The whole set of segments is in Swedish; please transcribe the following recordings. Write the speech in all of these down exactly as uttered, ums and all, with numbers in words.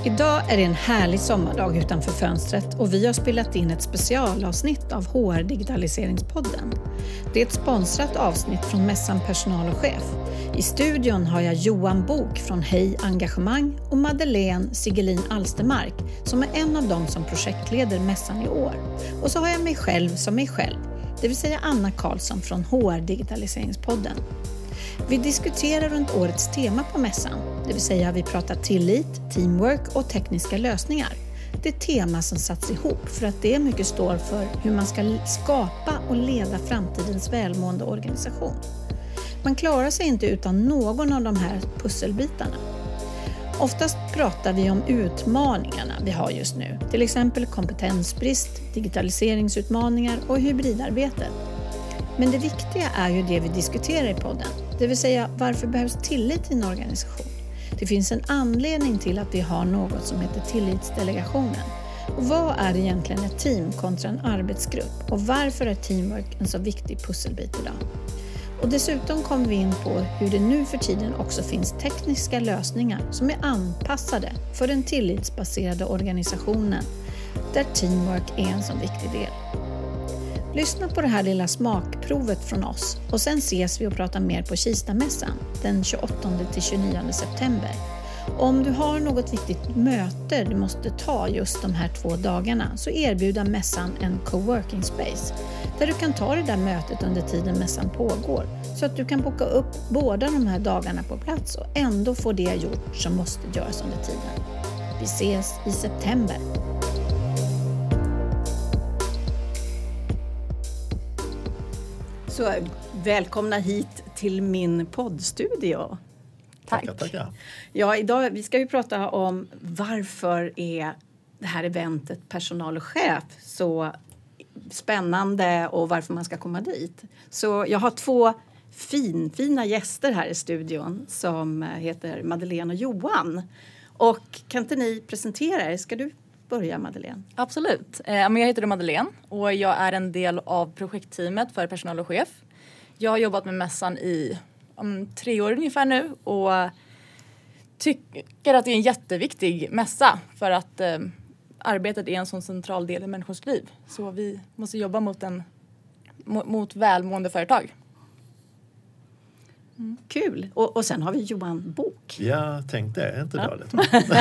Idag är det en härlig sommardag utanför fönstret och vi har spelat in ett specialavsnitt av H R-digitaliseringspodden. Det är ett sponsrat avsnitt från mässan Personal och chef. I studion har jag Johan Bok från Hej Engagemang och Madeleine Sigelin Alstermark som är en av dem som projektleder mässan i år. Och så har jag mig själv som mig själv, det vill säga Anna Karlsson från H R-digitaliseringspodden. Vi diskuterar runt årets tema på mässan, det vill säga vi pratar tillit, teamwork och tekniska lösningar. Det är tema som satts ihop för att det mycket står för hur man ska skapa och leda framtidens välmående organisation. Man klarar sig inte utan någon av de här pusselbitarna. Oftast pratar vi om utmaningarna vi har just nu, till exempel kompetensbrist, digitaliseringsutmaningar och hybridarbetet. Men det viktiga är ju det vi diskuterar i podden, det vill säga varför behövs tillit i en organisation? Det finns en anledning till att vi har något som heter tillitsdelegationen. Och vad är egentligen ett team kontra en arbetsgrupp? Och varför är teamwork en så viktig pusselbit idag? Och dessutom kommer vi in på hur det nu för tiden också finns tekniska lösningar som är anpassade för den tillitsbaserade organisationen, där teamwork är en så viktig del. Lyssna på det här lilla smakprovet från oss och sen ses vi och pratar mer på Kistamässan den tjugoåttonde till tjugonionde september. Och om du har något viktigt möte du måste ta just de här två dagarna så erbjuder mässan en coworking space där du kan ta det där mötet under tiden mässan pågår så att du kan boka upp båda de här dagarna på plats och ändå få det gjort som måste göras under tiden. Vi ses i september. Så välkomna hit till min poddstudio. Tack. Tackar, tackar. Ja, idag vi ska ju prata om varför är det här eventet Personal och chef så spännande och varför man ska komma dit. Så jag har två fin, fina gäster här i studion som heter Madeleine och Johan. Och kan inte ni presentera er? Ska du börja, Madeleine? Absolut. Jag heter Madeleine och jag är en del av projektteamet för Personal och chef. Jag har jobbat med mässan i om tre år ungefär nu och tycker att det är en jätteviktig mässa för att eh, arbetet är en sån central del i människors liv. Så vi måste jobba mot, en, mot, mot välmående företag. Mm. Kul. Och, och sen har vi Johan Bok. Ja, tänk det. Inte ja. dåligt.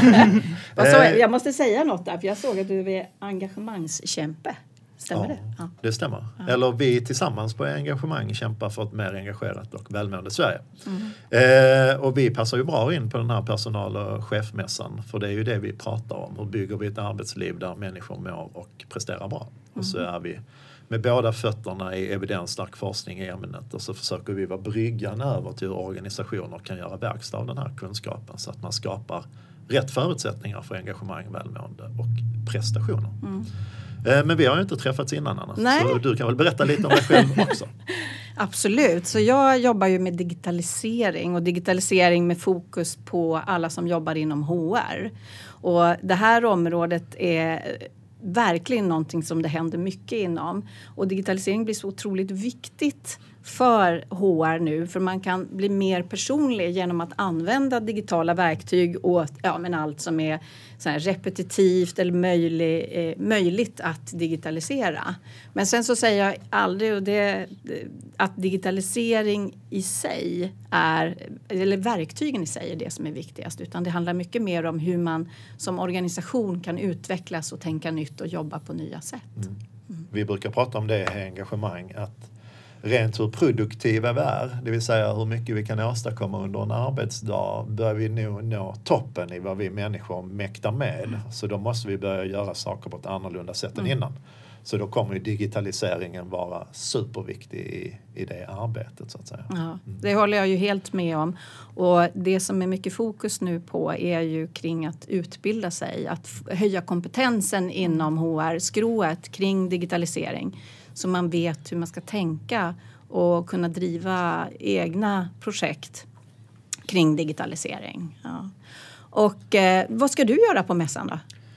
Vad så, jag måste säga något där, för jag såg att du är engagemangskämpe. Stämmer ja, det? Ja, det stämmer. Ja. Eller vi tillsammans på engagemang kämpar för ett mer engagerat och välmående Sverige. Mm. Eh, och vi passar ju bra in på den här personal- och chefmässan. För det är ju det vi pratar om. Hur bygger vi ett arbetsliv där människor mår och presterar bra? Mm. Och så är vi med båda fötterna i evidensstark forskning i ämnet och så försöker vi vara bryggan över till hur organisationer kan göra verkstad av den här kunskapen så att man skapar rätt förutsättningar för engagemang, välmående och prestationer. Mm. Men vi har ju inte träffats innan annars, Nej. Så du kan väl berätta lite om dig själv också. Absolut, så jag jobbar ju med digitalisering och digitalisering med fokus på alla som jobbar inom H R. Och det här området är verkligen någonting som det händer mycket inom. Och digitalisering blir så otroligt viktigt för H R nu. För man kan bli mer personlig genom att använda digitala verktyg och ja, men allt som är så här repetitivt eller möjlig, eh, möjligt att digitalisera. Men sen så säger jag aldrig och det, att digitalisering i sig är, eller verktygen i sig är det som är viktigast. Utan det handlar mycket mer om hur man som organisation kan utvecklas och tänka nytt och jobba på nya sätt. Mm. Mm. Vi brukar prata om det i engagemang att rent hur produktiva vi är, det vill säga hur mycket vi kan åstadkomma under en arbetsdag, börjar vi nog nå toppen i vad vi människor mäktar med. Mm. Så då måste vi börja göra saker på ett annorlunda sätt mm. än innan. Så då kommer ju digitaliseringen vara superviktig i, i det arbetet så att säga. Ja, mm. Det håller jag ju helt med om. Och det som är mycket fokus nu på är ju kring att utbilda sig, att höja kompetensen inom H R-skrået kring digitalisering. Så man vet hur man ska tänka och kunna driva egna projekt kring digitalisering. Ja. Och eh, vad ska du göra på mässan då?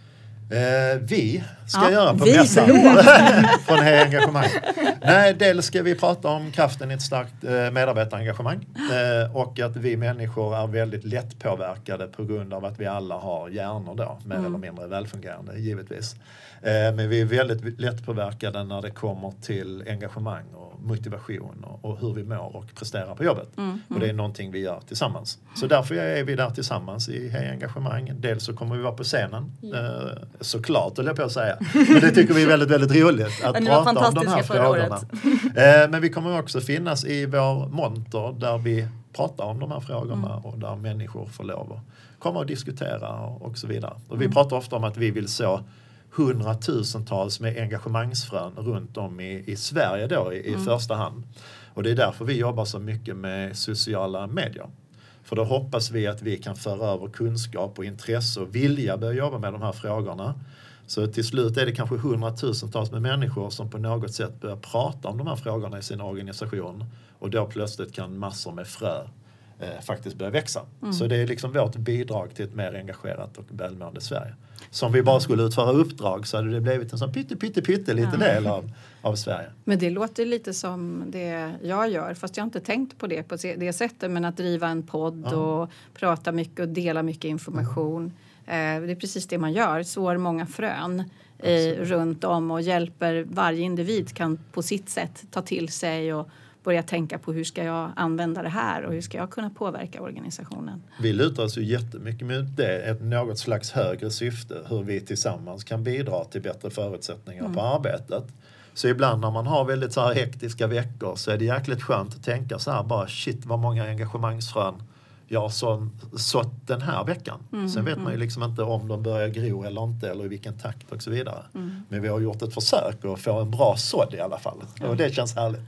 Eh, vi ska ja, göra på vi, mässan från Heja Engagemang. Nej, dels ska vi prata om kraften i ett starkt eh, medarbetarengagemang eh, och att vi människor är väldigt lättpåverkade på grund av att vi alla har hjärnor då, mer mm. eller mindre välfungerande givetvis. Eh, men vi är väldigt lättpåverkade när det kommer till engagemang och motivation och, och hur vi mår och presterar på jobbet. Mm. Mm. Och det är någonting vi gör tillsammans. Så därför är vi där tillsammans i Heja Engagemang. Dels så kommer vi vara på scenen. Yeah. Eh, såklart, höll jag på att säga. Men det tycker vi är väldigt, väldigt roligt att prata om de här frågorna. Eh, men vi kommer också finnas i vår monter där vi pratar om de här frågorna mm. och där människor får lov att komma och diskutera och, och så vidare. Och vi mm. pratar ofta om att vi vill så hundratusentals med engagemangsfrön runt om i, i Sverige då i, mm. i första hand. Och det är därför vi jobbar så mycket med sociala medier. För då hoppas vi att vi kan föra över kunskap och intresse och vilja börja jobba med de här frågorna. Så till slut är det kanske hundratusentals med människor som på något sätt börjar prata om de här frågorna i sin organisation. Och då plötsligt kan massor med frö eh, faktiskt börja växa. Mm. Så det är liksom vårt bidrag till ett mer engagerat och välmående Sverige. Som vi bara skulle utföra uppdrag så hade det blivit en sån pytte, pytte, pytte liten ja. del av, av Sverige. Men det låter lite som det jag gör, fast jag har inte tänkt på det på det sättet. Men att driva en podd ja. och prata mycket och dela mycket information. Mm. Eh, det är precis det man gör, sår många frön i, runt om och hjälper varje individ kan på sitt sätt ta till sig och börja tänka på hur ska jag använda det här och hur ska jag kunna påverka organisationen. Vi lutar oss ju jättemycket med det, ett något slags högre syfte, hur vi tillsammans kan bidra till bättre förutsättningar mm. på arbetet. Så ibland när man har väldigt så här hektiska veckor så är det jäkligt skönt att tänka så här bara shit vad många engagemangsfrön jag har så, sått den här veckan. Mm, Sen vet mm. man ju liksom inte om de börjar gro eller inte eller i vilken takt och så vidare. Mm. Men vi har gjort ett försök att få en bra sådd i alla fall. Ja. Och det känns härligt.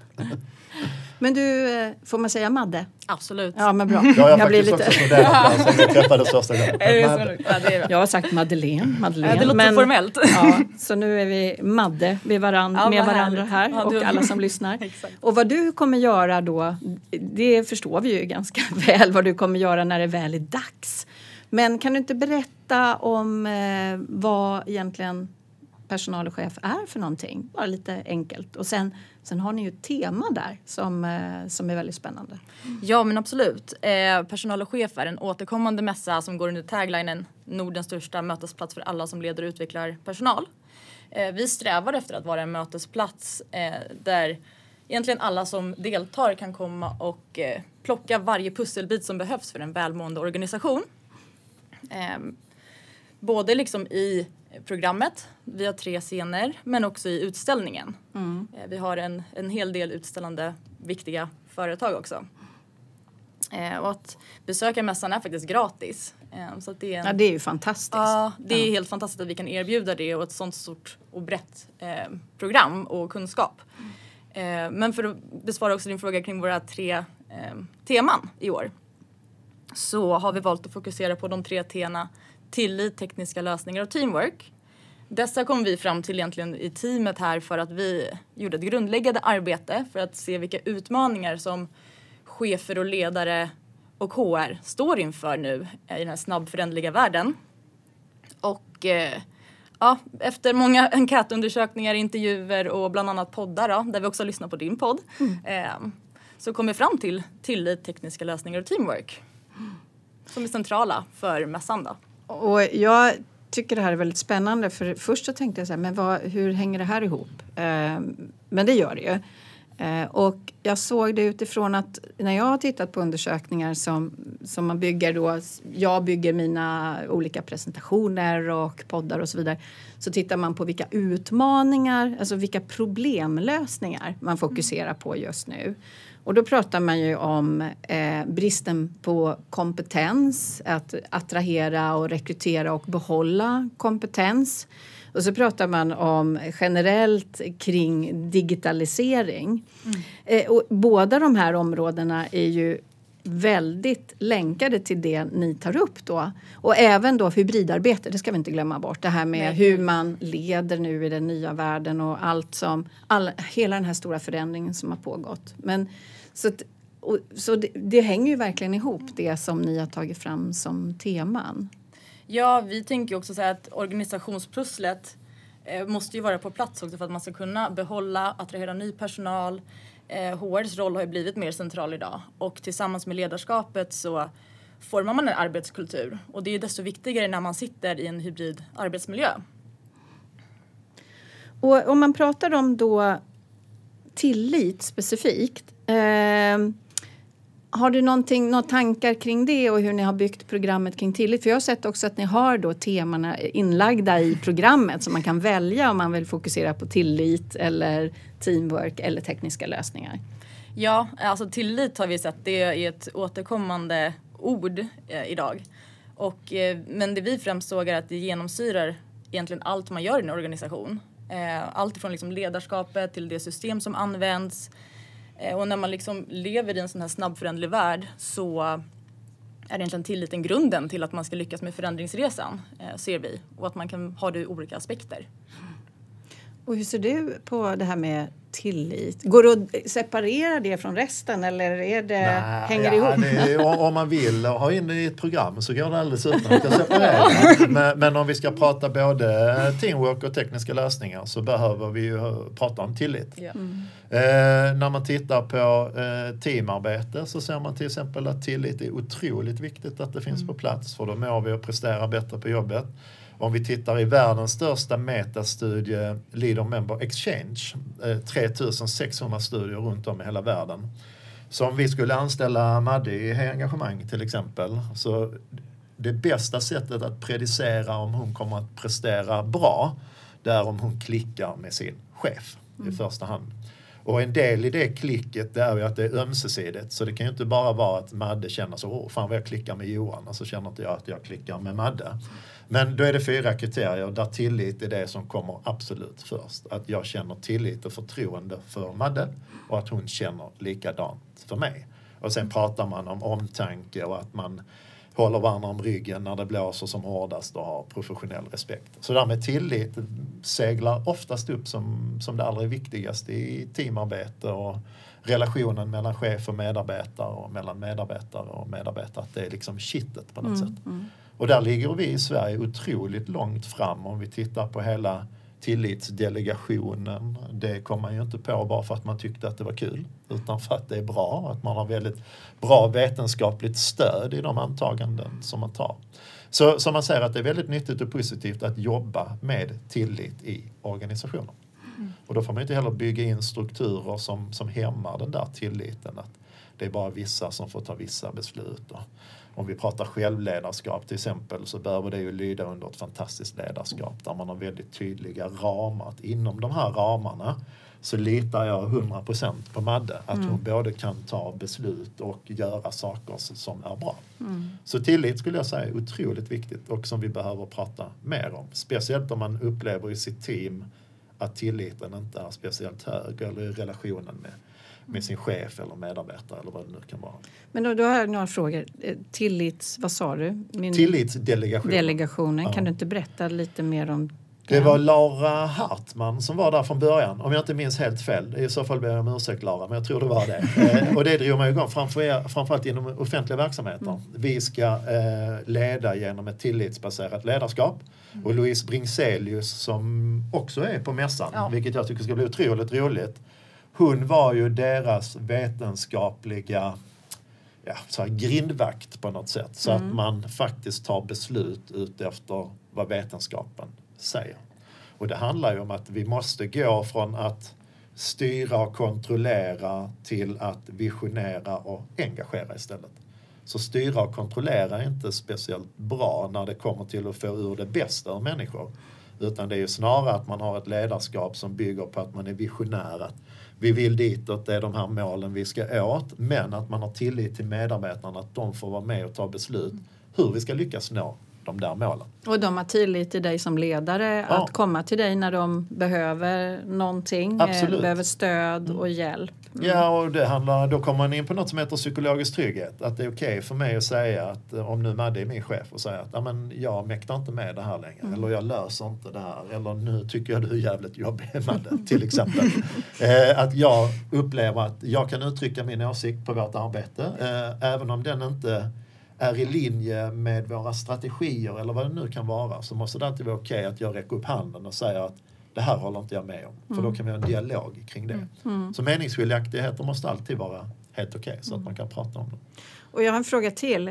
Men du, får man säga Madde? Absolut. Ja, men bra. Ja, jag, jag blir lite... också där som vi träffades första gången. Jag har sagt Madeleine. Madeleine. Ja, det låter men, formellt. Ja, så nu är vi Madde med, varann, ja, med varandra här ja, och alla som lyssnar. Och vad du kommer göra då, det förstår vi ju ganska väl vad du kommer göra när det väl är dags. Men kan du inte berätta om eh, vad egentligen personal och chef är för någonting? Bara lite enkelt. Och sen, sen har ni ju ett tema där som, eh, som är väldigt spännande. Ja, men absolut. Eh, personal och chef är en återkommande mässa som går under taglinen Nordens största mötesplats för alla som leder och utvecklar personal. Eh, vi strävar efter att vara en mötesplats eh, där egentligen alla som deltar kan komma och eh, plocka varje pusselbit som behövs för en välmående organisation. Eh, både liksom i programmet, vi har tre scener, men också i utställningen. Mm. Eh, vi har en, en hel del utställande viktiga företag också. Eh, och att besöka mässan är faktiskt gratis. Eh, så att det är en, ja, det är ju fantastiskt. Ja, det är ja. helt fantastiskt att vi kan erbjuda det och ett sånt stort och brett eh, program och kunskap. Mm. Eh, men för att besvara också din fråga kring våra tre eh, teman i år. Så har vi valt att fokusera på de tre tena tillit, tekniska lösningar och teamwork. Dessa kom vi fram till egentligen i teamet här för att vi gjorde ett grundläggande arbete för att se vilka utmaningar som chefer och ledare och H R står inför nu i den här snabbföränderliga världen. Och eh, ja, efter många enkätundersökningar, intervjuer och bland annat poddar då, där vi också lyssnar på din podd mm. eh, så kom vi fram till tillit, tekniska lösningar och teamwork mm. som är centrala för mässan då. Och jag tycker det här är väldigt spännande för först så tänkte jag så här, men vad, hur hänger det här ihop? Eh, men det gör det ju. Eh, och jag såg det utifrån att när jag har tittat på undersökningar som, som man bygger då, jag bygger mina olika presentationer och poddar och så vidare, så tittar man på vilka utmaningar, alltså vilka problemlösningar man fokuserar på just nu. Och då pratar man ju om eh, bristen på kompetens, att attrahera och rekrytera och behålla kompetens. Och så pratar man om generellt kring digitalisering. Mm. Eh, och båda de här områdena är ju väldigt länkade till det ni tar upp då. Och även då hybridarbete, det ska vi inte glömma bort. Det här med Nej. hur man leder nu i den nya världen och allt som, all, hela den här stora förändringen som har pågått. Men så, att, och, så det, det hänger ju verkligen ihop det som ni har tagit fram som teman. Ja, vi tänker också så här att organisationspusslet eh, måste ju vara på plats också för att man ska kunna behålla, attrahera ny personal. Eh, H R:s roll har ju blivit mer central idag och tillsammans med ledarskapet så formar man en arbetskultur. Och det är desto viktigare när man sitter i en hybrid arbetsmiljö. Och om man pratar om då tillit specifikt. Eh, har du någonting, några tankar kring det och hur ni har byggt programmet kring tillit? För jag har sett också att ni har då temana inlagda i programmet så man kan välja om man vill fokusera på tillit eller teamwork eller tekniska lösningar. Ja, alltså tillit har vi sett, det är ett återkommande ord eh, idag. Och, eh, men det vi främst såg är att det genomsyrar egentligen allt man gör i en organisation. Eh, allt från liksom ledarskapet till det system som används. Eh, och när man liksom lever i en sån här snabbföränderlig värld så är egentligen tilliten grunden till att man ska lyckas med förändringsresan, eh, ser vi. Och att man kan ha det i olika aspekter. Och hur ser du på det här med tillit? Går det att separera det från resten eller är det, Nej, hänger det ja, ihop? det är, om man vill ha in det i ett program så går det alldeles utmärkt att separera. Men, men om vi ska prata både teamwork och tekniska lösningar så behöver vi ju prata om tillit. Ja. Mm. Eh, när man tittar på eh, teamarbete så ser man till exempel att tillit är otroligt viktigt att det finns Mm. på plats för då mår vi och presterar bättre på jobbet. Om vi tittar i världens största metastudie Leader Member Exchange, eh, tre tusen sexhundra studier runt om i hela världen. Så om vi skulle anställa Madde i engagemang till exempel, så det bästa sättet att predicera om hon kommer att prestera bra, det är om hon klickar med sin chef mm. i första hand. Och en del i det klicket det är ju att det är ömsesidigt. Så det kan ju inte bara vara att Madde känner så, åh fan vad jag klickar med Johan och så känner inte jag att jag klickar med Madde. Men då är det fyra kriterier där tillit är det som kommer absolut först. Att jag känner tillit och förtroende för Madde och att hon känner likadant för mig. Och sen pratar man om omtanke och att man håller varandra om ryggen när det blåser som hårdast och har professionell respekt. Så där med tillit seglar oftast upp som, som det allra viktigaste i teamarbete och relationen mellan chef och medarbetare och mellan medarbetare och medarbetare. Att det är liksom kittet på något Mm, sätt. mm. Och där ligger vi i Sverige otroligt långt fram om vi tittar på hela tillitsdelegationen. Det kom man ju inte på bara för att man tyckte att det var kul utan för att det är bra. Att man har väldigt bra vetenskapligt stöd i de antaganden som man tar. Så som man säger att det är väldigt nyttigt och positivt att jobba med tillit i organisationer. Mm. Och då får man inte heller bygga in strukturer som, som hämmar den där tilliten. Att det är bara vissa som får ta vissa beslut. Och om vi pratar självledarskap till exempel så behöver det ju lyda under ett fantastiskt ledarskap där man har väldigt tydliga ramar. Att inom de här ramarna så litar jag hundra procent på Madde. Att Mm. hon både kan ta beslut och göra saker som är bra. Mm. Så tillit skulle jag säga är otroligt viktigt och som vi behöver prata mer om. Speciellt om man upplever i sitt team att tilliten inte är speciellt hög eller i relationen med med sin chef eller medarbetare eller vad det nu kan vara. Men då, då har jag några frågor. Eh, Tillits, vad sa du? Min Tillitsdelegationen. Delegationen. Ja. Kan du inte berätta lite mer om Det var Lara Hartman som var där från början. Om jag inte minns helt fel. I så fall ber jag om ursäkt Lara, men jag tror det var det. eh, och det drog man igång framför, framförallt inom offentliga verksamheter. Mm. Vi ska eh, leda genom ett tillitsbaserat ledarskap. Mm. Och Louise Bringselius som också är på mässan, ja. Vilket jag tycker ska bli otroligt roligt. Hon var ju deras vetenskapliga ja, så här grindvakt på något sätt. Så mm. att man faktiskt tar beslut ut efter vad vetenskapen säger. Och det handlar ju om att vi måste gå från att styra och kontrollera till att visionera och engagera istället. Så styra och kontrollera är inte speciellt bra när det kommer till att få ur det bästa av människor. Utan det är ju snarare att man har ett ledarskap som bygger på att man är visionär. Att vi vill ditåt, det är de här målen vi ska åt. Men att man har tillit till medarbetarna att de får vara med och ta beslut hur vi ska lyckas nå de där målen. Och de har tillit till dig som ledare Ja. att komma till dig när de behöver någonting. Absolut. Eh, behöver stöd Mm. och hjälp. Mm. Ja, och det handlar, då kommer man in på något som heter psykologisk trygghet. Att det är okej för mig att säga att om nu Madde är min chef och säga att ja, men jag mäktar inte med det här längre. Mm. Eller jag löser inte det här. Eller nu tycker jag du är jävligt jobbig Madde till exempel. eh, att jag upplever att jag kan uttrycka min åsikt på vårt arbete. Eh, även om den inte är i linje med våra strategier eller vad det nu kan vara, så måste det alltid vara okej att jag räcker upp handen och säger att det här håller inte jag med om. Mm. För då kan vi ha en dialog kring det. Mm. Så meningsskiljaktigheter måste alltid vara helt okej så att man kan prata om det. Och jag har en fråga till.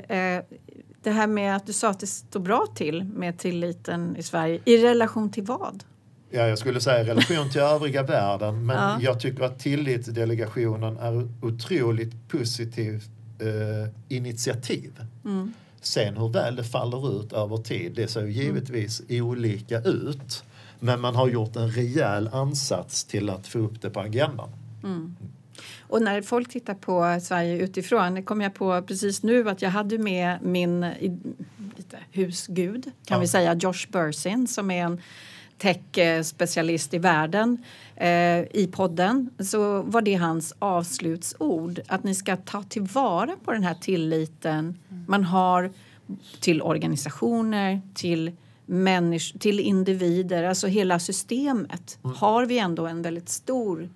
Det här med att du sa att det står bra till med tilliten i Sverige. I relation till vad? Ja, jag skulle säga relation till övriga världen. Men ja. jag tycker att tillitsdelegationen är otroligt positivt eh, initiativ. Mm. Sen hur väl det faller ut över tid, det ser ju givetvis mm. olika ut. Men man har gjort en rejäl ansats till att få upp det på agendan. Mm. Och när folk tittar på Sverige utifrån, det kom jag på precis nu att jag hade med min lite husgud, kan ja. vi säga, Josh Bersin, som är en tech-specialist i världen eh, i podden. Så var det hans avslutsord, att ni ska ta tillvara på den här tilliten man har till organisationer, till människor, till individer, alltså hela systemet. Mm. Har vi ändå en väldigt stor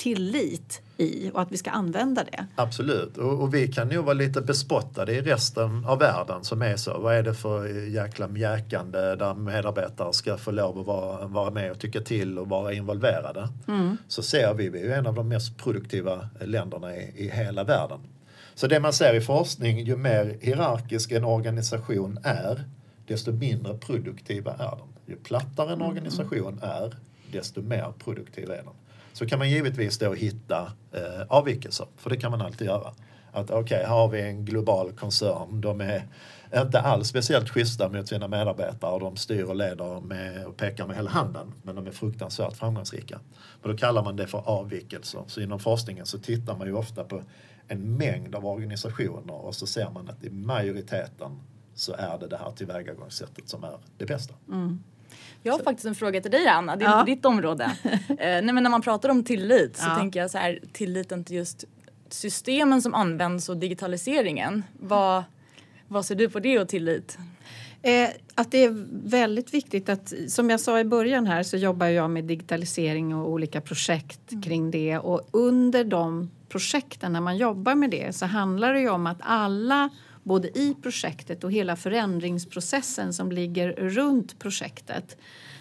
tillit i och att vi ska använda det. Absolut. Och, och vi kan nog vara lite bespottade i resten av världen som är så. Vad är det för jäkla mjäkande där medarbetare ska få lov att vara, vara med och tycka till och vara involverade. Mm. Så ser vi, vi är ju en av de mest produktiva länderna i, i hela världen. Så det man ser i forskning, ju mer hierarkisk en organisation är, desto mindre produktiva är den. Ju plattare en organisation är, desto mer produktiv är den. Så kan man givetvis då hitta eh, avvikelser, för det kan man alltid göra. Att okej, okay, har vi en global koncern, de är inte alls speciellt schyssta mot sina medarbetare och de styr och leder med, och pekar med hela handen, men de är fruktansvärt framgångsrika. Men då kallar man det för avvikelser. Så inom forskningen så tittar man ju ofta på en mängd av organisationer och så ser man att i majoriteten så är det det här tillvägagångssättet som är det bästa. Mm. Jag har så. faktiskt en fråga till dig, Anna. Det är ja. ditt område. eh, nej, men när man pratar om tillit så ja. tänker jag så här, tilliten till just systemen som används och digitaliseringen. Vad, vad ser du på det och tillit? Eh, att det är väldigt viktigt att, som jag sa i början här, så jobbar jag med digitalisering och olika projekt mm. kring det. Och under de projekten, när man jobbar med det, så handlar det ju om att alla, både i projektet och hela förändringsprocessen som ligger runt projektet,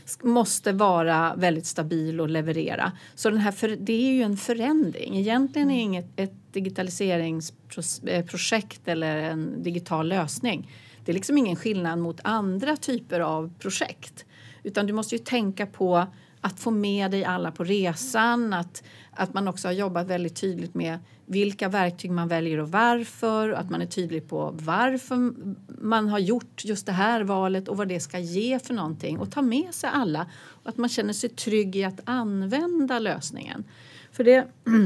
måste vara väldigt stabil och leverera. Så den här för, det är ju en förändring. Egentligen är inget ett digitaliseringsprojekt eller en digital lösning. Det är liksom ingen skillnad mot andra typer av projekt. Utan du måste ju tänka på att få med dig alla på resan. Att, att man också har jobbat väldigt tydligt med vilka verktyg man väljer och varför. Att man är tydlig på varför man har gjort just det här valet och vad det ska ge för någonting. Och ta med sig alla. Och att man känner sig trygg i att använda lösningen. För det,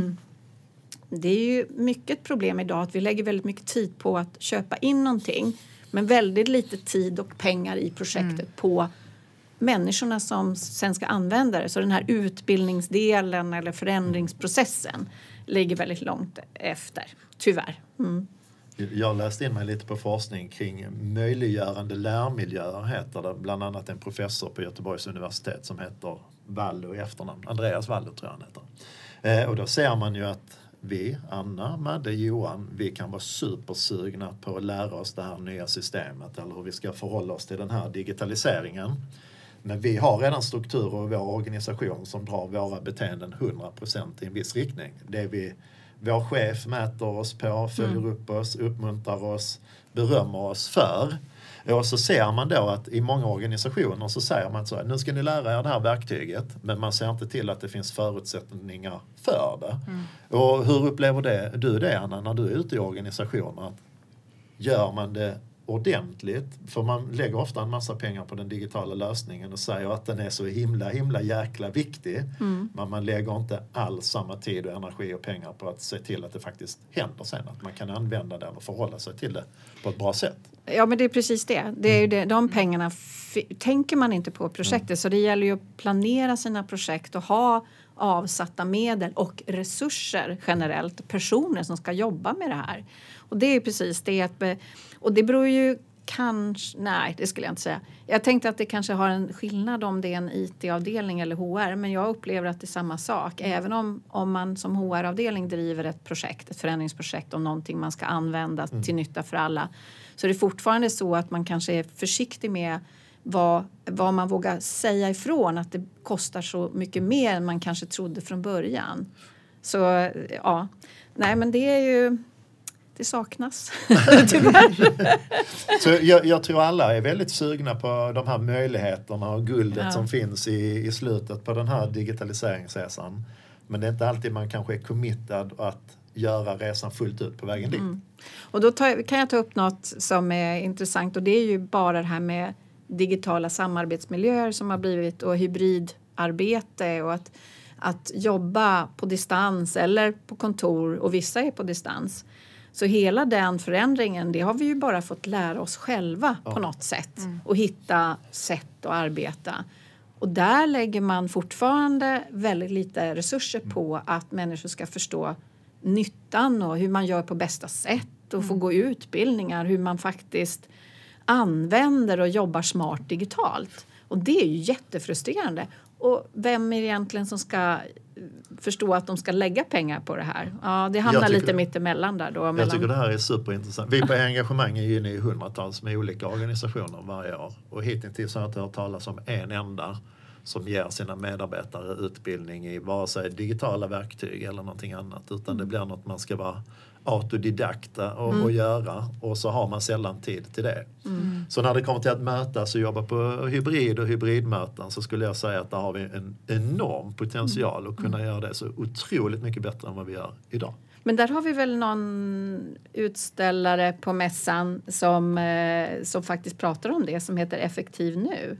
det är ju mycket problem idag att vi lägger väldigt mycket tid på att köpa in någonting. Men väldigt lite tid och pengar i projektet mm. på människorna som sen ska använda det. Så den här utbildningsdelen eller förändringsprocessen ligger väldigt långt efter, tyvärr. Mm. Jag läste in mig lite på forskning kring möjliggörande lärmiljöer, heter det. Bland annat en professor på Göteborgs universitet som heter Wallo i efternamn. Andreas Wallo tror jag han heter. Eh, och då ser man ju att vi, Anna, Madde, Johan, vi kan vara supersugna på att lära oss det här nya systemet eller hur vi ska förhålla oss till den här digitaliseringen. Men vi har redan strukturer i vår organisation som drar våra beteenden hundra procent i en viss riktning. Det vi, vår chef mäter oss på, följer mm. upp oss, uppmuntrar oss, berömmer oss för. Och så ser man då att i många organisationer så säger man så här, nu ska ni lära er det här verktyget, men man ser inte till att det finns förutsättningar för det. Mm. Och hur upplever det, du det, Anna, när du är ute i organisationer? Gör man det ordentligt? För man lägger ofta en massa pengar på den digitala lösningen och säger att den är så himla, himla jäkla viktig. Mm. Men man lägger inte alls samma tid och energi och pengar på att se till att det faktiskt händer sen. Att man kan använda det och förhålla sig till det på ett bra sätt. Ja, men det är precis det. Det är ju det. De pengarna f- tänker man inte på projektet. Mm. Så det gäller ju att planera sina projekt och ha avsatta medel och resurser generellt. Personer som ska jobba med det här. Och det är precis det. Att, och det beror ju kanske, nej det skulle jag inte säga. Jag tänkte att det kanske har en skillnad om det är en I T-avdelning eller H R. Men jag upplever att det är samma sak. Även om, om man som H R-avdelning driver ett projekt, ett förändringsprojekt om någonting man ska använda mm. till nytta för alla. Så det är fortfarande så att man kanske är försiktig med vad, vad man vågar säga ifrån. Att det kostar så mycket mer än man kanske trodde från början. Så ja, nej men det är ju... Det saknas, tyvärr. Så jag, jag tror alla är väldigt sugna på de här möjligheterna och guldet ja. som finns i, i slutet på den här digitaliseringsresan. Men det är inte alltid man kanske är committad att göra resan fullt ut på vägen dit. Mm. Och då tar, kan jag ta upp något som är intressant och det är ju bara det här med digitala samarbetsmiljöer som har blivit och hybridarbete och att, att jobba på distans eller på kontor och vissa är på distans. Så hela den förändringen, det har vi ju bara fått lära oss själva ja. på något sätt. Mm. Och hitta sätt att arbeta. Och där lägger man fortfarande väldigt lite resurser mm. på att människor ska förstå nyttan och hur man gör på bästa sätt. Och mm. få gå utbildningar, hur man faktiskt använder och jobbar smart digitalt. Och det är ju jättefrustrerande. Och vem är det egentligen som ska förstå att de ska lägga pengar på det här? Ja, det hamnar lite det, mitt emellan där då. Jag mellan... tycker det här är superintressant. Vi på Engagemang är ju inne i hundratals med olika organisationer varje år. Och hittills har jag inte hört talas om en enda som ger sina medarbetare utbildning i vare sig digitala verktyg eller någonting annat. Utan det blir något man ska vara autodidakta och, mm. och göra. Och så har man sällan tid till det. Mm. Så när det kommer till att mötas och jobba på hybrid och hybridmöten så skulle jag säga att där har vi en enorm potential att kunna mm. göra det så otroligt mycket bättre än vad vi gör idag. Men där har vi väl någon utställare på mässan som, eh, som faktiskt pratar om det som heter Effektiv nu.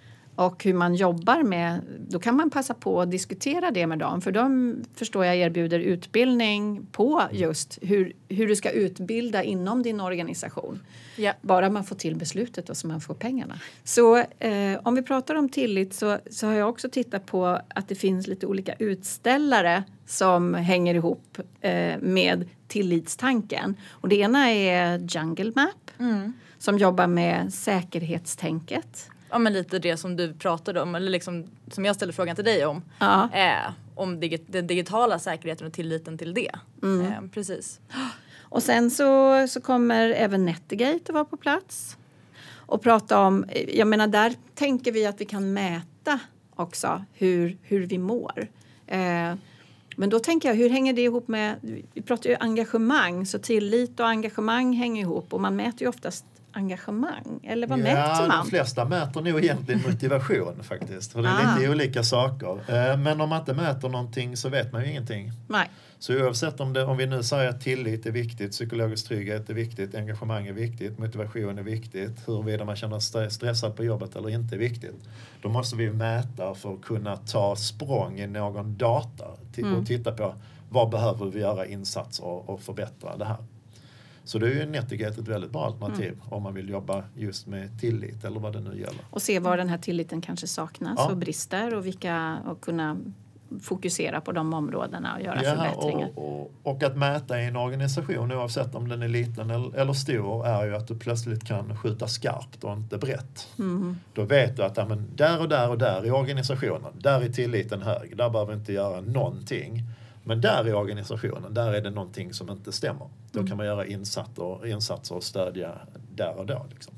Och hur man jobbar med, då kan man passa på att diskutera det med dem. För de, förstår jag, erbjuder utbildning på just hur, hur du ska utbilda inom din organisation. Ja. Bara man får till beslutet och så man får pengarna. Så eh, om vi pratar om tillit så, så har jag också tittat på att det finns lite olika utställare som hänger ihop eh, med tillitstanken. Och det ena är Jungle Map mm. som jobbar med säkerhetstänket. Ja, men lite det som du pratade om, eller liksom, som jag ställde frågan till dig om. Ja. Eh, om dig- den digitala säkerheten och tilliten till det. Mm. Eh, precis. Och sen så, så kommer även Netigate att vara på plats. Och prata om, jag menar där tänker vi att vi kan mäta också hur, hur vi mår. Eh, men då tänker jag, hur hänger det ihop med, vi pratar ju engagemang, så tillit och engagemang hänger ihop. Och man mäter ju oftast engagemang, eller vad ja, mäter man? De flesta mäter nog egentligen motivation faktiskt. För det är ah. lite olika saker. Men om man inte mäter någonting så vet man ju ingenting. Nej. Så oavsett om, det, om vi nu säger att tillit är viktigt, psykologisk trygghet är viktigt, engagemang är viktigt, motivation är viktigt, huruvida man känner sig stressad på jobbet eller inte är viktigt. Då måste vi mäta för att kunna ta språng i någon data till, mm. och titta på vad behöver vi göra insatser och, och förbättra det här. Så det är ju Netigate ett väldigt bra alternativ mm. om man vill jobba just med tillit eller vad det nu gäller. Och se var den här tilliten kanske saknas ja. och brister och, vilka, och kunna fokusera på de områdena och göra ja, förbättringar. Och, och, och att mäta i en organisation oavsett om den är liten eller, eller stor är ju att du plötsligt kan skjuta skarpt och inte brett. Mm. Då vet du att ja, men där och där och där i organisationen, där är tilliten hög, där behöver vi inte göra någonting. Men där i organisationen, där är det någonting som inte stämmer. Då kan man göra insatser, insatser och stödja där och då. Liksom.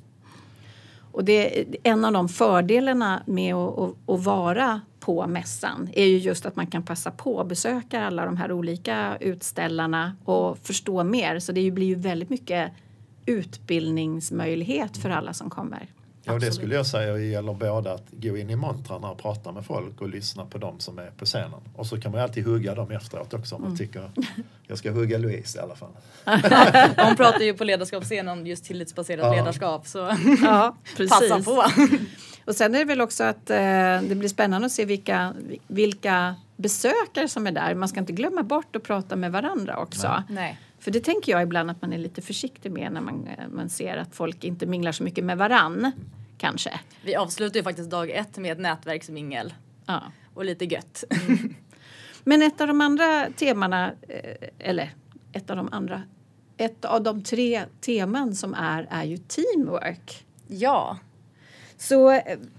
Och det, en av de fördelarna med att, att, att vara på mässan är ju just att man kan passa på att besöka alla de här olika utställarna och förstå mer. Så det blir ju väldigt mycket utbildningsmöjlighet för alla som kommer. Ja, det skulle jag säga gäller både att gå in i montrarna och prata med folk och lyssna på dem som är på scenen. Och så kan man alltid hugga dem efteråt också om man mm. tycker jag ska hugga Louise i alla fall. Hon pratar ju på ledarskapsscenen om just tillitsbaserat ja. ledarskap så ja, passa på. Och sen är det väl också att eh, det blir spännande att se vilka, vilka besökare som är där. Man ska inte glömma bort att prata med varandra också. Nej. Nej. För det tänker jag ibland att man är lite försiktig med när man, man ser att folk inte minglar så mycket med varann, kanske. Vi avslutar ju faktiskt dag ett med ett nätverksmingel. Ja. Och lite gött. Mm. Men ett av de andra temana, eller ett av de andra ett av de tre teman som är, är ju teamwork. Ja. Så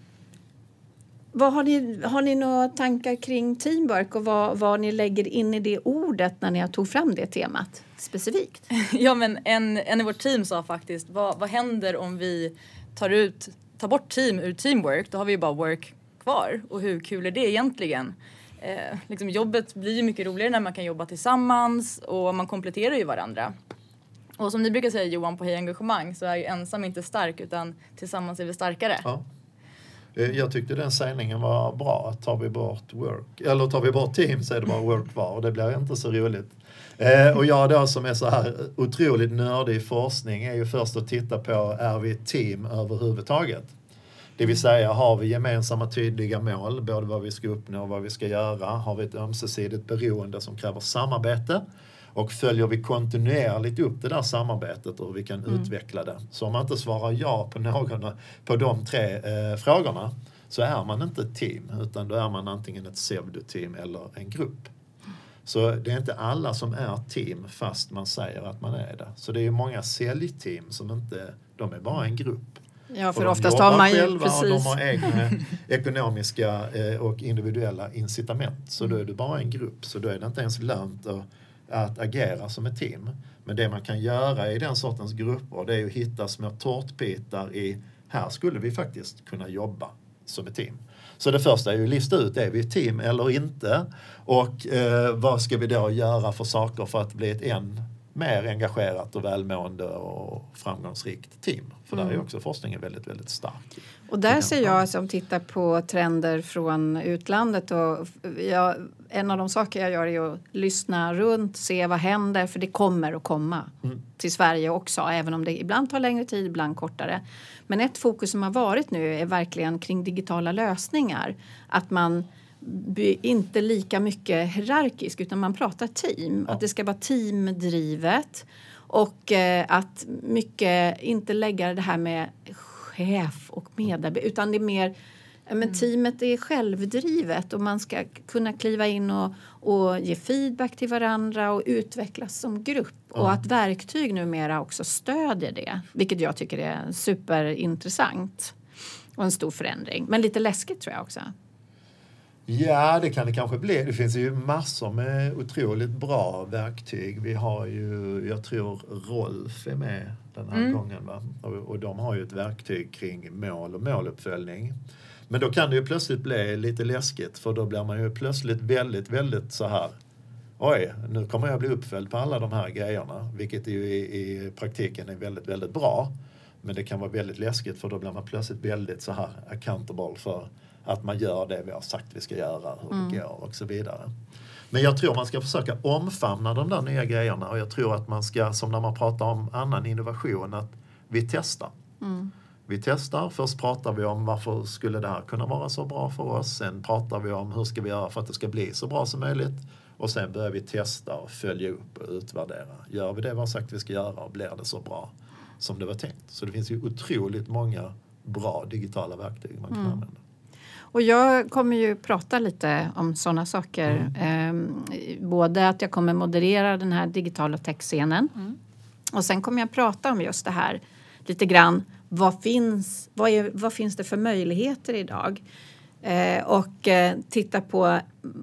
vad har ni, har ni några tankar kring teamwork och vad, vad ni lägger in i det ordet när ni har tog fram det temat specifikt? Ja, men en, en i vårt team sa faktiskt, vad, vad händer om vi tar, ut, tar bort team ur teamwork? Då har vi ju bara work kvar. Och hur kul är det egentligen? Eh, liksom jobbet blir ju mycket roligare när man kan jobba tillsammans och man kompletterar ju varandra. Och som ni brukar säga, Johan, på Hej Engagemang, så är ju ensam inte stark utan tillsammans är vi starkare. Ja. Jag tyckte den sägningen var bra. Tar vi bort work, eller tar vi bort team så är det bara work kvar och det blir inte så roligt. Eh, och jag då som är så här otroligt nördig i forskning är ju först att titta på, är vi ett team överhuvudtaget? Det vill säga, har vi gemensamma tydliga mål, både vad vi ska uppnå och vad vi ska göra? Har vi ett ömsesidigt beroende som kräver samarbete? Och följer vi kontinuerligt upp det där samarbetet och hur vi kan mm. utveckla det. Så om man inte svarar ja på någon på de tre eh, frågorna så är man inte ett team, utan då är man antingen ett pseudoteam eller en grupp. Så det är inte alla som är team fast man säger att man är det. Så det är ju många säljteam som inte, de är bara en grupp. Ja, för och oftast har man ju själva, precis. och de har egna ekonomiska eh, och individuella incitament. Så då är det bara en grupp, så då är det inte ens lönt att att agera som ett team. Men det man kan göra i den sortens grupper, det är att hitta små tårtbitar i, här skulle vi faktiskt kunna jobba som ett team. Så det första är ju att lista ut, är vi ett team eller inte? Och eh, vad ska vi då göra för saker för att bli ett än mer engagerat och välmående och framgångsrikt team? För mm. där är också forskningen väldigt, väldigt stark. Och där ser jag som tittar på trender från utlandet och jag, en av de saker jag gör är att lyssna runt, se vad händer, för det kommer att komma mm. till Sverige också, även om det ibland tar längre tid, ibland kortare. Men ett fokus som har varit nu är verkligen kring digitala lösningar. Att man by, inte lika mycket hierarkisk utan man pratar team. Ja. Att det ska vara teamdrivet och eh, att mycket inte lägga det här med chef och medarbetare, utan det är mer, men mm. teamet är självdrivet och man ska kunna kliva in och, och ge feedback till varandra och utvecklas som grupp. Ja. Och att verktyg numera också stödjer det, vilket jag tycker är superintressant och en stor förändring. Men lite läskigt tror jag också. Ja, det kan det kanske bli. Det finns ju massor med otroligt bra verktyg. Vi har ju, jag tror Rolf är med den här mm. gången. Va? Och, och de har ju ett verktyg kring mål och måluppföljning. Men då kan det ju plötsligt bli lite läskigt, för då blir man ju plötsligt väldigt, väldigt så här. Oj, nu kommer jag bli uppföljd på alla de här grejerna. Vilket ju i, i praktiken är väldigt, väldigt bra. Men det kan vara väldigt läskigt, för då blir man plötsligt väldigt så här accountable för att man gör det vi har sagt vi ska göra, hur det mm. går och så vidare. Men jag tror man ska försöka omfamna de där nya grejerna, och jag tror att man ska, som när man pratar om annan innovation, att vi testar. Mm. Vi testar, först pratar vi om varför skulle det här kunna vara så bra för oss, sen pratar vi om hur ska vi göra för att det ska bli så bra som möjligt, och sen börjar vi testa och följa upp och utvärdera. Gör vi det vi har sagt vi ska göra och blir det så bra som det var tänkt? Så det finns ju otroligt många bra digitala verktyg man kan mm. använda. Och jag kommer ju prata lite om sådana saker. Mm. Eh, både att jag kommer moderera den här digitala techscenen. Mm. Och sen kommer jag prata om just det här lite grann. Vad finns, vad är, vad finns det för möjligheter idag? Eh, och eh, titta på,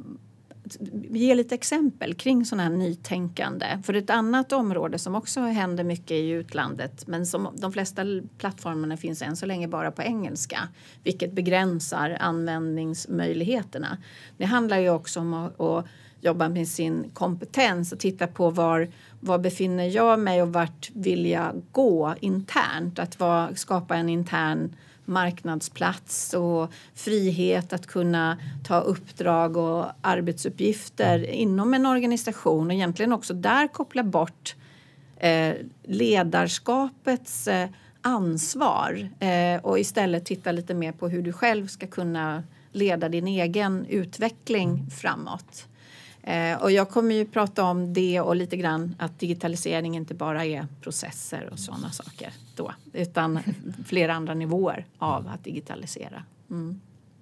ge lite exempel kring sådana här nytänkande. För ett annat område som också händer mycket i utlandet, men som de flesta plattformarna finns än så länge bara på engelska, vilket begränsar användningsmöjligheterna. Det handlar ju också om att, att jobba med sin kompetens och titta på var, var befinner jag mig och vart vill jag gå internt. Att var, skapa en intern marknadsplats och frihet att kunna ta uppdrag och arbetsuppgifter inom en organisation, och egentligen också där koppla bort eh, ledarskapets eh, ansvar eh, och istället titta lite mer på hur du själv ska kunna leda din egen utveckling framåt. Eh, och jag kommer ju prata om det och lite grann att digitalisering inte bara är processer och sådana saker då, utan flera andra nivåer av att digitalisera. Mm.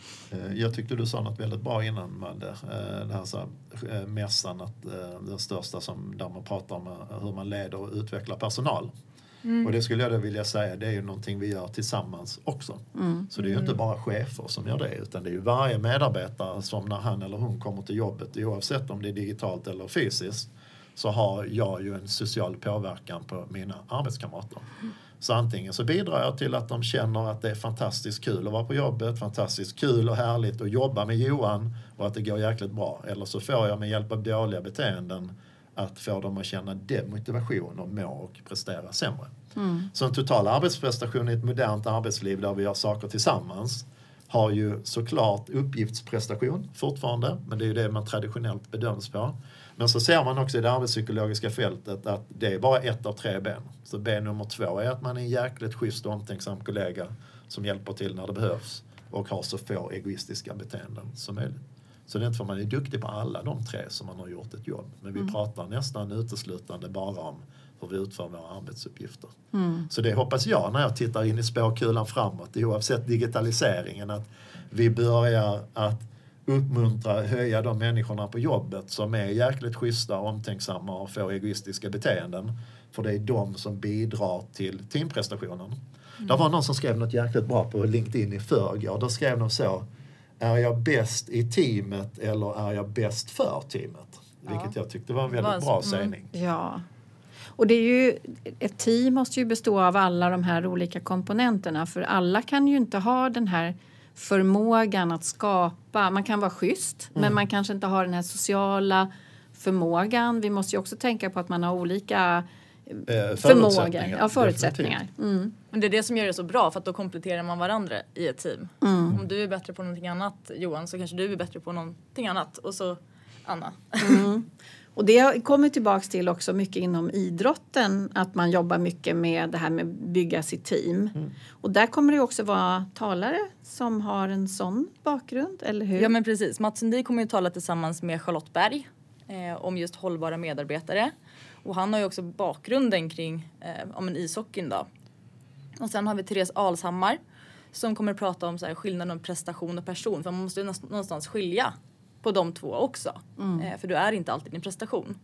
Jag tyckte du sa något väldigt bra innan, Madde. Det här så här, mässan, att den största som där man pratar om hur man leder och utvecklar personal. Mm. Och det skulle jag då vilja säga, det är ju någonting vi gör tillsammans också. Mm. Så det är ju inte bara chefer som gör det, utan det är ju varje medarbetare som när han eller hon kommer till jobbet, oavsett om det är digitalt eller fysiskt, så har jag ju en social påverkan på mina arbetskamrater. Mm. Så antingen så bidrar jag till att de känner att det är fantastiskt kul att vara på jobbet, fantastiskt kul och härligt att jobba med Johan och att det går jäkligt bra. Eller så får jag med hjälp av dåliga beteenden att få dem att känna demotivation och må och prestera sämre. Mm. Så en total arbetsprestation i ett modernt arbetsliv där vi gör saker tillsammans har ju såklart uppgiftsprestation fortfarande, men det är ju det man traditionellt bedöms på. Men så ser man också i det arbetspsykologiska fältet att det är bara ett av tre ben. Så ben nummer två är att man är en jäkligt schysst och omtänksam kollega som hjälper till när det behövs och har så få egoistiska beteenden som möjligt. Så det är inte för man är duktig på alla de tre som man har gjort ett jobb. Men vi mm. pratar nästan uteslutande bara om hur vi utför våra arbetsuppgifter. Mm. Så det hoppas jag när jag tittar in i spåkulan framåt, oavsett digitaliseringen, att vi börjar att uppmuntra, höja de människorna på jobbet som är jäkligt schyssta, omtänksamma och får egoistiska beteenden. För det är de som bidrar till teamprestationen. Mm. Det var någon som skrev något jäkligt bra på LinkedIn i förrgår. Då skrev de så: är jag bäst i teamet eller är jag bäst för teamet? Ja. Vilket jag tyckte var en väldigt bra sägning. Mm. Ja. Och det är ju, ett team måste ju bestå av alla de här olika komponenterna. För alla kan ju inte ha den här förmågan att skapa. Man kan vara schysst, mm. men man kanske inte har den här sociala förmågan. Vi måste ju också tänka på att man har olika eh, förmågor. Ja, förutsättningar. Mm. Men det är det som gör det så bra, för att då kompletterar man varandra i ett team. Mm. Om du är bättre på någonting annat, Johan, så kanske du är bättre på någonting annat. Och så Anna. Mm. Och det kommer tillbaka till också mycket inom idrotten, att man jobbar mycket med det här med att bygga sitt team. Mm. Och där kommer det också vara talare som har en sån bakgrund, eller hur? Ja, men precis. Mats Sundin kommer ju tala tillsammans med Charlotte Berg eh, om just hållbara medarbetare. Och han har ju också bakgrunden kring eh, om en ishockeyn då. Och sen har vi Therese Alshammar som kommer att prata om så här, skillnaden om prestation och person. För man måste ju någonstans skilja på de två också. Mm. Eh, för du är inte alltid din prestation.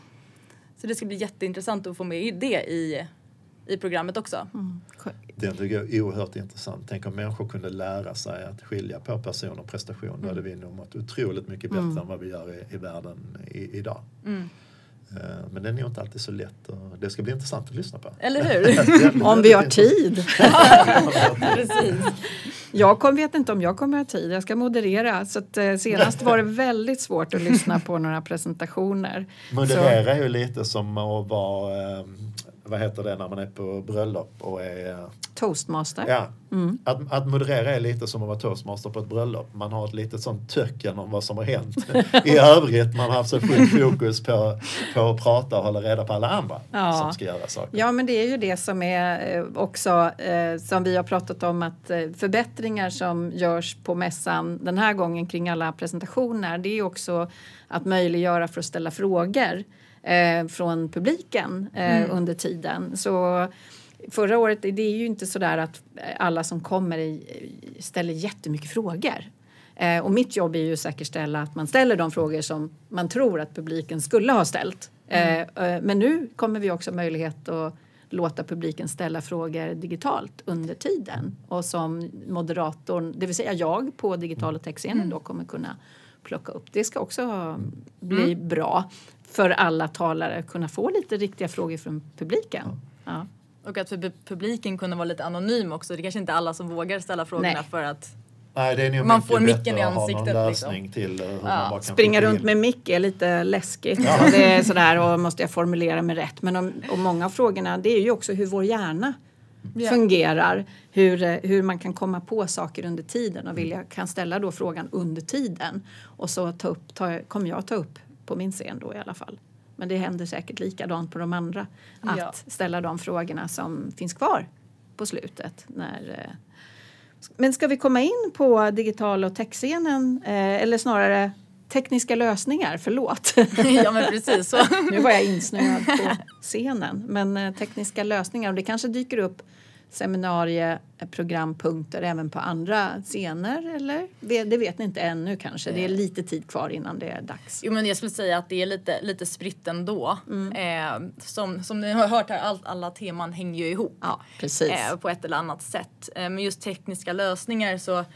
Så det ska bli jätteintressant att få med det i, i programmet också. Mm. Det tycker jag är oerhört intressant. Tänk om människor kunde lära sig att skilja på person och prestation. Mm. Då hade vi nog mått otroligt mycket bättre mm. än vad vi gör i, i världen i, idag. Mm. Uh, men det är nog inte alltid så lätt. Och det ska bli intressant att lyssna på. Eller hur? Om vi har tid. Precis. Jag kom, vet inte om jag kommer ha tid. Jag ska moderera. Så att, eh, senast var det väldigt svårt att lyssna på några presentationer. Moderera är ju lite som att vara, eh, vad heter det när man är på bröllop och är... Eh, toastmaster. Ja, mm. att, att moderera är lite som att vara toastmaster på ett bröllop. Man har ett litet sånt töcken om vad som har hänt. I övrigt, man har haft så fullt fokus på, på att prata och hålla reda på alla andra ja. som ska göra saker. Ja, men det är ju det som är eh, också, eh, som vi har pratat om, att eh, förbättringar som görs på mässan den här gången kring alla presentationer, det är också att möjliggöra för att ställa frågor eh, från publiken eh, mm. under tiden. Så förra året, det är ju inte så där att alla som kommer i, ställer jättemycket frågor. Eh, och mitt jobb är ju att säkerställa att man ställer de frågor som man tror att publiken skulle ha ställt. Mm. Eh, men nu kommer vi också möjlighet att låta publiken ställa frågor digitalt under tiden. Och som moderatorn, det vill säga jag på digital och textscenen mm. då kommer kunna plocka upp. Det ska också bli mm. bra för alla talare att kunna få lite riktiga frågor från publiken. Ja. Ja. Och att för publiken kunna vara lite anonym också. Det är kanske inte alla som vågar ställa frågorna. Nej. För att Nej, det är man får micken i ansiktet. Lösning liksom. till hur ja. man bara kan springa runt med mick är lite läskigt. Ja. Och det är sådär, och måste jag formulera mig rätt. Men om, och många av frågorna, det är ju också hur vår hjärna yeah. fungerar. Hur, hur man kan komma på saker under tiden. Och vilja kan ställa då frågan under tiden. Och så ta upp, ta, kommer jag ta upp på min scen då i alla fall. Men det händer säkert likadant på de andra. Att ja. ställa de frågorna som finns kvar på slutet. När, men ska vi komma in på digital- och techscenen? Eller snarare tekniska lösningar, förlåt. Ja, men precis så. Nu var jag insnöad på scenen. Men tekniska lösningar, och det kanske dyker upp seminarieprogrampunkter även på andra scener, eller? Det, det vet ni inte ännu kanske. Det är lite tid kvar innan det är dags. Jo, men jag skulle säga att det är lite, lite spritt ändå. Mm. Eh, som, som ni har hört här, all, alla teman hänger ju ihop. Ja, precis. Eh, på ett eller annat sätt. Eh, men just tekniska lösningar så...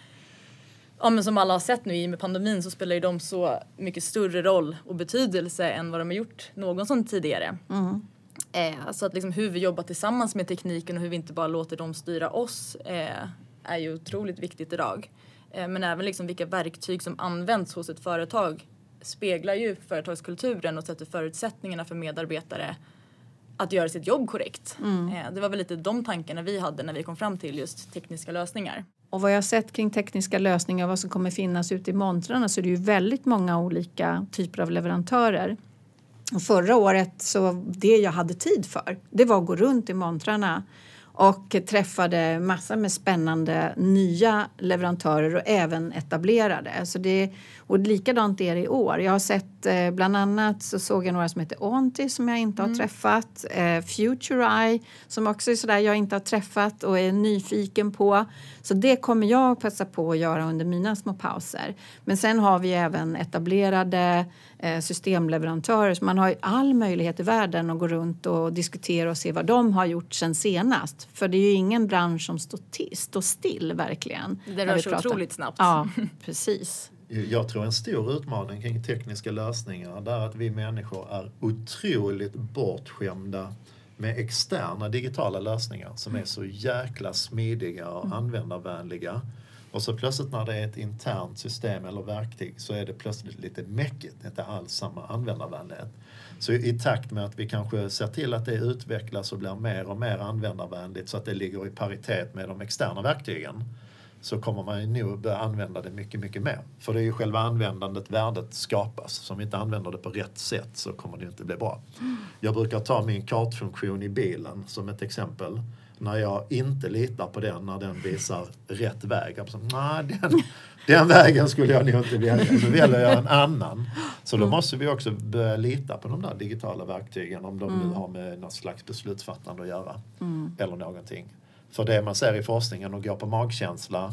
Ja, men som alla har sett nu i med pandemin så spelar ju de så mycket större roll och betydelse än vad de har gjort någonsin tidigare. Mm. Eh, så att liksom hur vi jobbar tillsammans med tekniken och hur vi inte bara låter dem styra oss eh, är ju otroligt viktigt idag. Eh, men även liksom vilka verktyg som används hos ett företag speglar ju företagskulturen och sätter förutsättningarna för medarbetare att göra sitt jobb korrekt. Mm. Eh, det var väl lite de tankarna vi hade när vi kom fram till just tekniska lösningar. Och vad jag har sett kring tekniska lösningar och vad som kommer finnas ute i montrarna, så är det ju väldigt många olika typer av leverantörer. Och förra året så det jag hade tid för, det var att gå runt i montrarna och träffade massor med spännande nya leverantörer och även etablerade. Så det, och likadant är det i år. Jag har sett eh, bland annat så såg jag några som heter Onti som jag inte har mm. träffat. Eh, FutureEye som också är sådär jag inte har träffat och är nyfiken på. Så det kommer jag passa på att göra under mina små pauser. Men sen har vi även etablerade eh, systemleverantörer. Så man har ju all möjlighet i världen att gå runt och diskutera och se vad de har gjort sen senast. För det är ju ingen bransch som står, t- står still verkligen. Det rör sig otroligt snabbt. Ja, precis. Jag tror en stor utmaning kring tekniska lösningar är att vi människor är otroligt bortskämda med externa digitala lösningar som är så jäkla smidiga och användarvänliga. Och så plötsligt när det är ett internt system eller verktyg så är det plötsligt lite mäckigt, inte alls samma användarvänlighet. Så i takt med att vi kanske ser till att det utvecklas och blir mer och mer användarvänligt så att det ligger i paritet med de externa verktygen, så kommer man nog börja använda det mycket, mycket mer. För det är ju själva användandet, värdet skapas. Så om vi inte använder det på rätt sätt så kommer det inte bli bra. Mm. Jag brukar ta min kartfunktion i bilen som ett exempel. När jag inte litar på den, när den visar rätt väg. Jag säger, nej, den, den vägen skulle jag nog inte välja. Så väljer jag en annan. Så då måste vi också börja lita på de där digitala verktygen om de mm. nu har med något slags beslutsfattande att göra. Mm. Eller någonting. För det man ser i forskningen och går på magkänsla,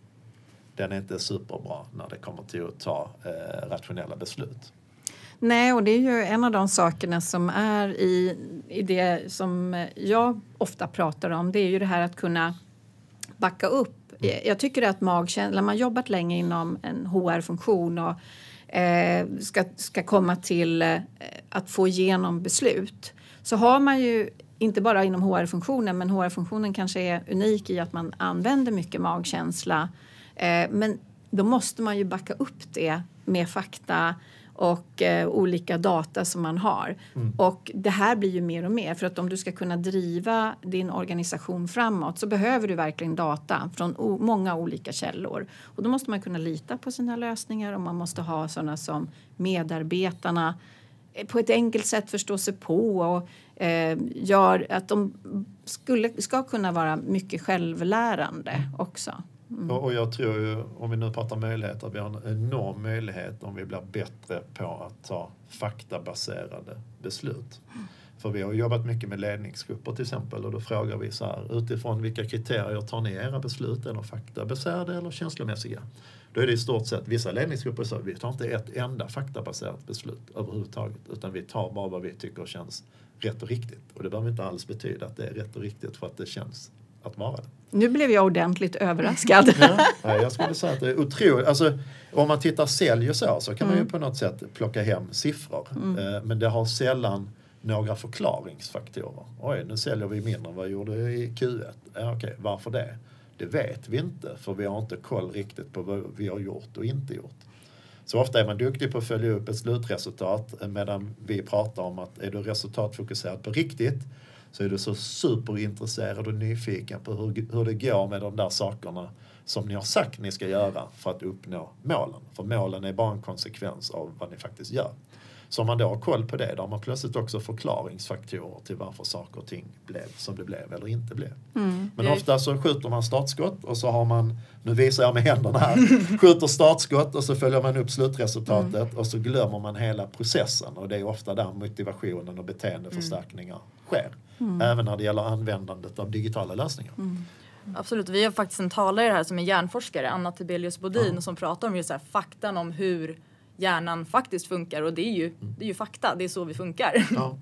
den är inte superbra när det kommer till att ta eh, rationella beslut. Nej, och det är ju en av de sakerna som är i, i det som jag ofta pratar om. Det är ju det här att kunna backa upp. Mm. Jag tycker att magkänsla, när man jobbat länge inom en H R-funktion och eh, ska, ska komma till eh, att få igenom beslut, så har man ju inte bara inom H R-funktionen, men H R-funktionen kanske är unik i att man använder mycket magkänsla. Eh, men då måste man ju backa upp det med fakta och eh, olika data som man har. Mm. Och det här blir ju mer och mer. För att om du ska kunna driva din organisation framåt så behöver du verkligen data från o- många olika källor. Och då måste man kunna lita på sina lösningar och man måste ha sådana som medarbetarna på ett enkelt sätt förstå sig på och eh, gör att de skulle, ska kunna vara mycket självlärande också. Mm. Och, och jag tror ju, om vi nu pratar möjligheter, vi har en enorm möjlighet om vi blir bättre på att ta faktabaserade beslut. Mm. För vi har jobbat mycket med ledningsgrupper till exempel och då frågar vi så här, utifrån vilka kriterier tar ni era beslut, eller faktabaserade eller känslomässiga? Då är det i stort sett vissa ledningsgrupper så vi tar inte ett enda faktabaserat beslut överhuvudtaget, utan vi tar bara vad vi tycker känns rätt och riktigt. Och det behöver inte alls betyda att det är rätt och riktigt för att det känns att vara det. Nu blev jag ordentligt överraskad. Ja, jag skulle säga att det är otroligt. Alltså, om man tittar sälj och så, så kan mm. man ju på något sätt plocka hem siffror. Mm. Men det har sällan några förklaringsfaktorer. Oj, nu säljer vi mindre än vad vi gjorde i Q ett. Ja, okej, varför det? Det vet vi inte, för vi har inte koll riktigt på vad vi har gjort och inte gjort. Så ofta är man duktig på att följa upp ett slutresultat, medan vi pratar om att är du resultatfokuserad på riktigt så är du så superintresserad och nyfiken på hur, hur det går med de där sakerna som ni har sagt ni ska göra för att uppnå målen. För målen är bara en konsekvens av vad ni faktiskt gör. Så om man då har koll på det, då har man plötsligt också förklaringsfaktorer till varför saker och ting blev som det blev eller inte blev. Mm. Men ofta så skjuter man startskott och så har man, nu visar jag med händerna här, skjuter startskott och så följer man upp slutresultatet mm. och så glömmer man hela processen. Och det är ofta där motivationen och beteendeförstärkningar mm. sker. Mm. Även när det gäller användandet av digitala lösningar. Mm. Absolut, vi har faktiskt en talare här som är hjärnforskare, Anna Tibelius Bodin, ja. som pratar om just så här, faktan om hur hjärnan faktiskt funkar, och det är ju, det är ju fakta, det är så vi funkar. Ja.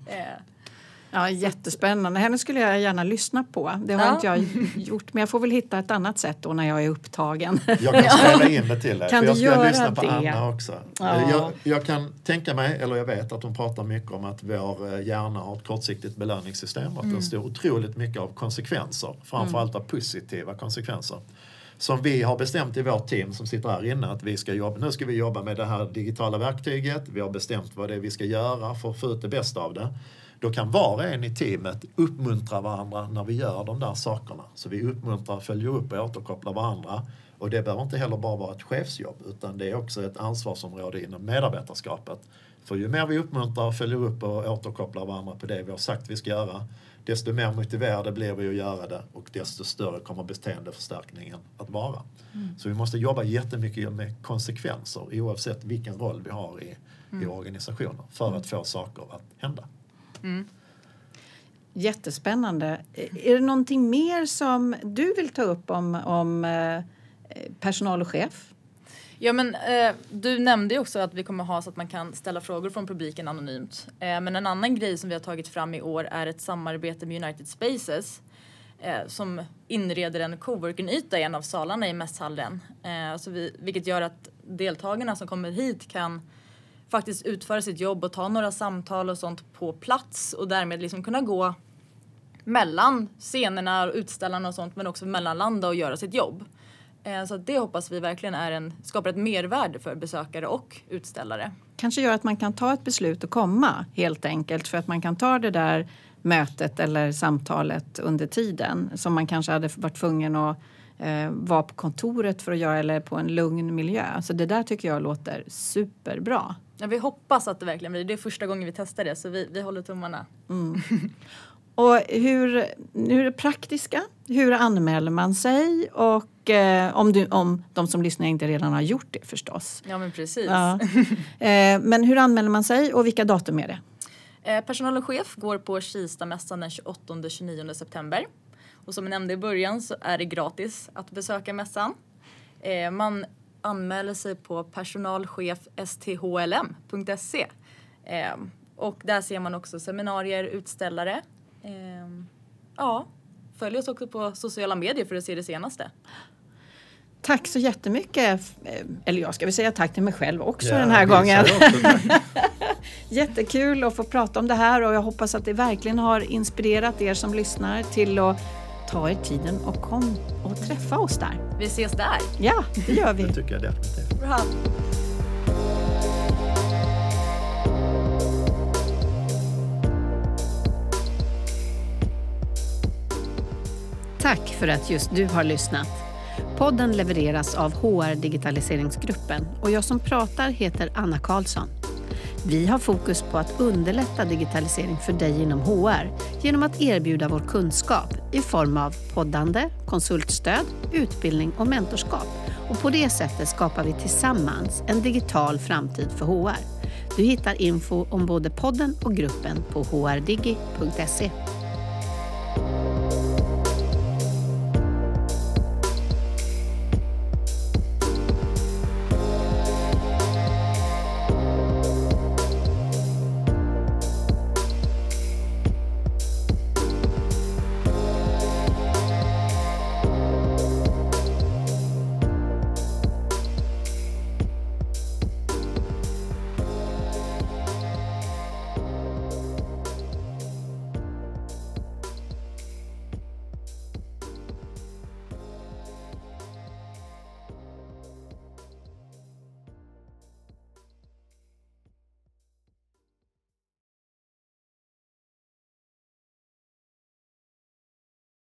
Ja, jättespännande. Henne skulle jag gärna lyssna på. Det har ja. inte jag gjort, men jag får väl hitta ett annat sätt då när jag är upptagen. Jag kan spela in det till dig, kan för jag ska göra lyssna på det? Anna också. Ja. Jag, jag kan tänka mig, eller jag vet att hon pratar mycket om att vår hjärna har ett kortsiktigt belöningssystem, att mm. det står otroligt mycket av konsekvenser, framförallt av positiva konsekvenser. Som vi har bestämt i vårt team som sitter här inne att vi ska jobba, nu ska vi jobba med det här digitala verktyget. Vi har bestämt vad det är vi ska göra för att få ut det bästa av det. Då kan var och en i teamet uppmuntra varandra när vi gör de där sakerna. Så vi uppmuntrar, följer upp och återkopplar varandra. Och det behöver inte heller bara vara ett chefsjobb, utan det är också ett ansvarsområde inom medarbetarskapet. För ju mer vi uppmuntrar, följer upp och återkopplar varandra på det vi har sagt vi ska göra, desto mer motiverade blir vi att göra det och desto större kommer beteendeförstärkningen att vara. Mm. Så vi måste jobba jättemycket med konsekvenser oavsett vilken roll vi har i, mm. i organisationen för mm. att få saker att hända. Mm. Jättespännande. Är det någonting mer som du vill ta upp om, om eh, personal och chef? Ja, men eh, du nämnde ju också att vi kommer ha så att man kan ställa frågor från publiken anonymt. Eh, men en annan grej som vi har tagit fram i år är ett samarbete med United Spaces eh, som inreder en coworking-yta i en av salarna i mässhallen. Eh, så vi, vilket gör att deltagarna som kommer hit kan faktiskt utföra sitt jobb och ta några samtal och sånt på plats och därmed liksom kunna gå mellan scenerna och utställarna och sånt, men också mellanlanda och göra sitt jobb. Så det hoppas vi verkligen är en, skapar ett mervärde för besökare och utställare. Kanske gör att man kan ta ett beslut och komma helt enkelt, för att man kan ta det där mötet eller samtalet under tiden som man kanske hade varit tvungen att eh, vara på kontoret för att göra eller på en lugn miljö. Så det där tycker jag låter superbra. Ja, vi hoppas att det verkligen blir. Det är första gången vi testar det, så vi, vi håller tummarna. Mm. Och hur, hur är det praktiska? Hur anmäler man sig? Och eh, om, du, om de som lyssnar inte redan har gjort det förstås. Ja, men precis. Ja. Eh, men hur anmäler man sig och vilka datum är det? Eh, personal och chef går på Kistamässan den tjugoåttonde till tjugonionde september. Och som jag nämnde i början så är det gratis att besöka mässan. Eh, man anmäler sig på personalchef s t h l m punkt se. Eh, och där ser man också seminarier, utställare. Eh, ja, följ oss också på sociala medier för att se det senaste. Tack så jättemycket. Eller jag ska väl säga tack till mig själv också ja, den här gången. Jättekul att få prata om det här, och jag hoppas att det verkligen har inspirerat er som lyssnar till att ta er tiden och kom och träffa oss där. Vi ses där. Ja, det gör vi. Det tycker jag definitivt. Bra. Tack för att just du har lyssnat. Podden levereras av H R-digitaliseringsgruppen och jag som pratar heter Anna Karlsson. Vi har fokus på att underlätta digitalisering för dig inom H R genom att erbjuda vår kunskap i form av poddande, konsultstöd, utbildning och mentorskap. Och på det sättet skapar vi tillsammans en digital framtid för H R. Du hittar info om både podden och gruppen på h r digi punkt se.